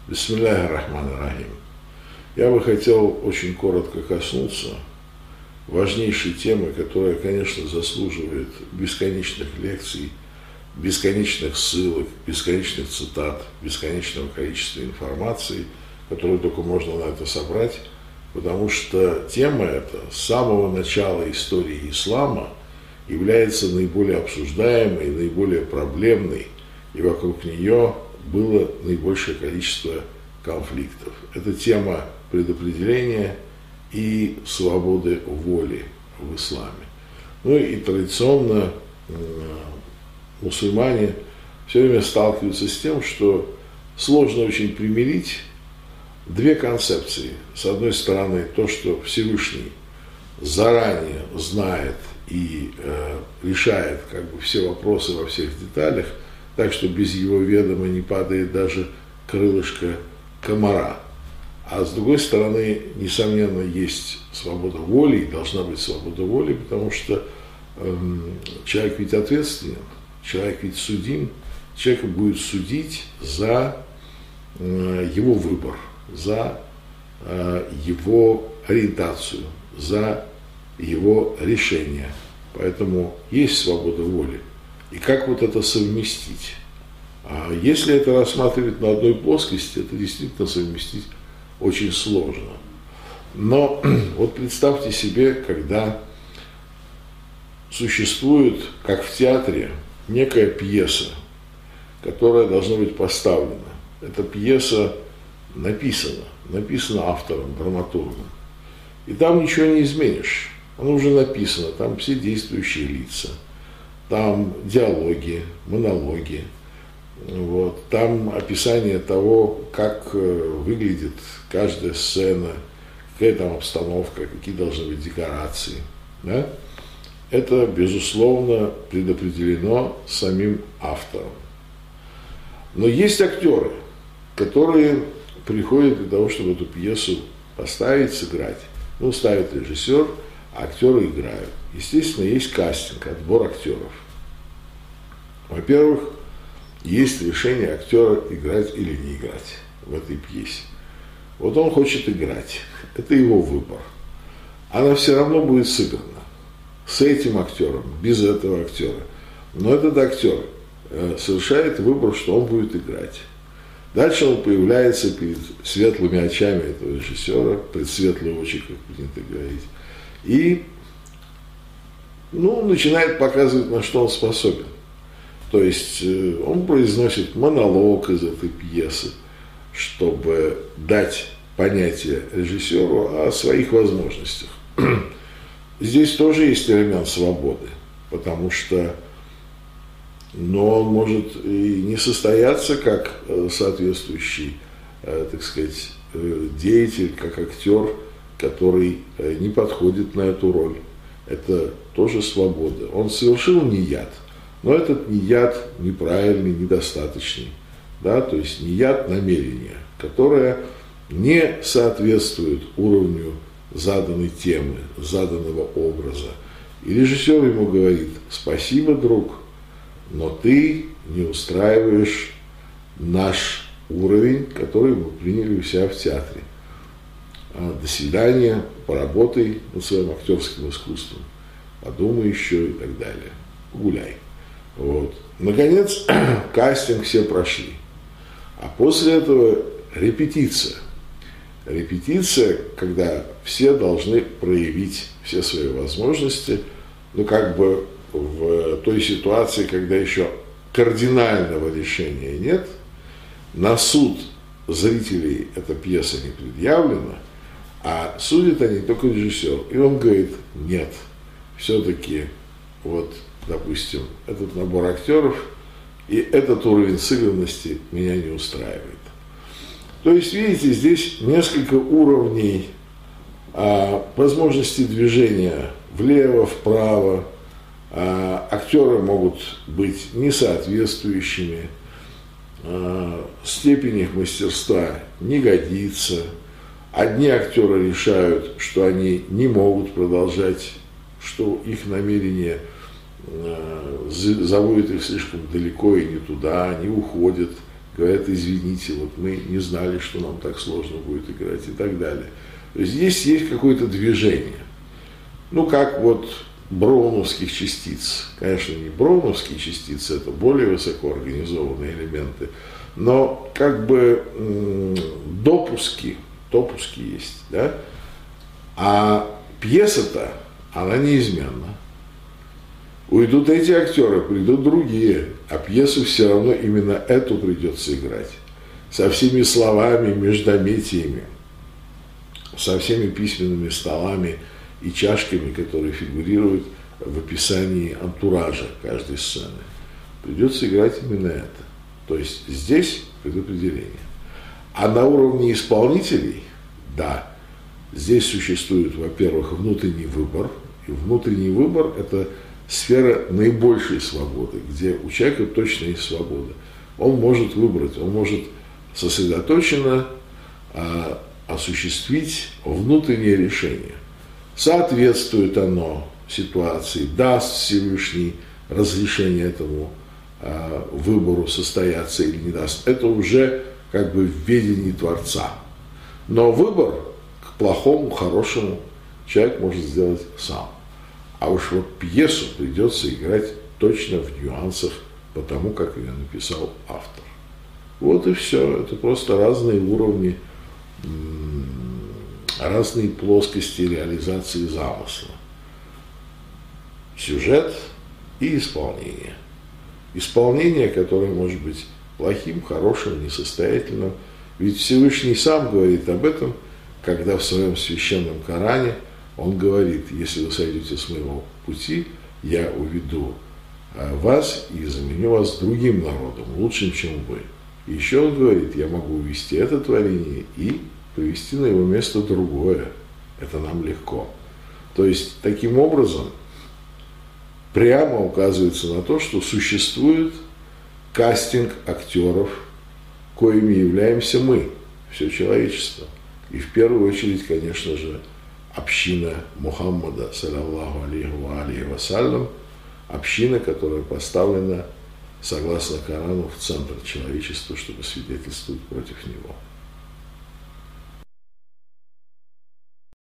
Бисмилляхи рахмани рахим. Я бы хотел очень коротко коснуться важнейшей темы, которая, конечно, заслуживает бесконечных лекций, бесконечных ссылок, бесконечных цитат, бесконечного количества информации, которую только можно на это собрать, потому что тема эта с самого начала истории ислама является наиболее обсуждаемой, наиболее проблемной, и вокруг нее было наибольшее количество конфликтов. Это тема предопределения и свободы воли в исламе. Ну и традиционно мусульмане все время сталкиваются с тем, что сложно очень примирить две концепции. С одной стороны, то, что Всевышний заранее знает и решает все вопросы во всех деталях, так что без его ведома не падает даже крылышко комара. А с другой стороны, несомненно, есть свобода воли, и должна быть свобода воли, потому что человек ведь ответственен, человек ведь судим, человека будет судить за его выбор, за его ориентацию, за его решение. Поэтому есть свобода воли. И как вот это совместить? Если это рассматривать на одной плоскости, это действительно совместить очень сложно. Но вот представьте себе, когда существует, как в театре, некая пьеса, которая должна быть поставлена. Эта пьеса написана автором, драматургом. И там ничего не изменишь. Она уже написана, там все действующие лица, там диалоги, монологи, вот, там описание того, как выглядит каждая сцена, какая там обстановка, какие должны быть декорации. Да? Это, безусловно, предопределено самим автором. Но есть актеры, которые приходят для того, чтобы эту пьесу поставить, сыграть. Ну, ставит режиссер, а актеры играют. Естественно, есть кастинг, отбор актеров. Во-первых, есть решение актера играть или не играть в этой пьесе. Вот он хочет играть. Это его выбор. Она все равно будет сыграна. С этим актером, без этого актера. Но этот актер совершает выбор, что он будет играть. Дальше он появляется перед светлыми очами этого режиссера, пред светлые очи, как принято говорить, и начинает показывать, на что он способен. То есть он произносит монолог из этой пьесы, чтобы дать понятие режиссеру о своих возможностях. Здесь тоже есть элемент свободы, потому что он может и не состояться как соответствующий, так сказать, деятель, как актер, который не подходит на эту роль. Это тоже свобода. Он совершил нияд, но этот нияд неправильный, недостаточный. Да? То есть нияд намерения, которое не соответствует уровню заданной темы, заданного образа. И режиссер ему говорит: спасибо, друг, но ты не устраиваешь наш уровень, который мы приняли у себя в театре. До свидания, поработай над своим актерским искусством, подумай еще и так далее. Гуляй. Вот. Наконец, кастинг все прошли. А после этого репетиция. Репетиция, когда все должны проявить все свои возможности, в той ситуации, когда еще кардинального решения нет, на суд зрителей эта пьеса не предъявлена, а судят они только режиссер. И он говорит: нет, все-таки допустим, этот набор актеров и этот уровень сыгранности меня не устраивает. То есть, видите, здесь несколько уровней возможности движения влево, вправо. Актеры могут быть несоответствующими, степень их мастерства не годится. Одни актеры решают, что они не могут продолжать, что их намерение заводит их слишком далеко и не туда, они уходят, говорят, извините, вот мы не знали, что нам так сложно будет играть и так далее. То есть здесь есть какое-то движение. Ну, как вот броуновских частиц. Конечно, не броуновские частицы, это более высокоорганизованные элементы, но как бы допуски есть, да? А пьеса-то, она неизменна. Уйдут эти актеры, придут другие, а пьесу все равно именно эту придется играть. Со всеми словами, междометиями, со всеми письменными столами и чашками, которые фигурируют в описании антуража каждой сцены. Придется играть именно это. То есть здесь предопределение. А на уровне исполнителей, да, здесь существует, во-первых, внутренний выбор. И внутренний выбор – это сфера наибольшей свободы, где у человека точно есть свобода. Он может выбрать, он может сосредоточенно осуществить внутреннее решение. Соответствует оно ситуации, даст Всевышний разрешение этому выбору состояться или не даст. Это уже как бы в ведении Творца. Но выбор к плохому, хорошему человек может сделать сам. А уж вот пьесу придется играть точно в нюансах по тому, как ее написал автор. Вот и все. Это просто разные уровни, разные плоскости реализации замысла. Сюжет и исполнение. Исполнение, которое может быть плохим, хорошим, несостоятельным. Ведь Всевышний сам говорит об этом, когда в своем священном Коране он говорит: если вы сойдете с моего пути, я уведу вас и заменю вас другим народом, лучшим, чем вы. И еще он говорит: я могу увести это творение и привести на его место другое. Это нам легко. То есть, таким образом, прямо указывается на то, что существует кастинг актеров, коими являемся мы, все человечество. И в первую очередь, конечно же, община Мухаммада, саллаллаху алейхи вассалям, община, которая поставлена, согласно Корану, в центр человечества, чтобы свидетельствовать против него.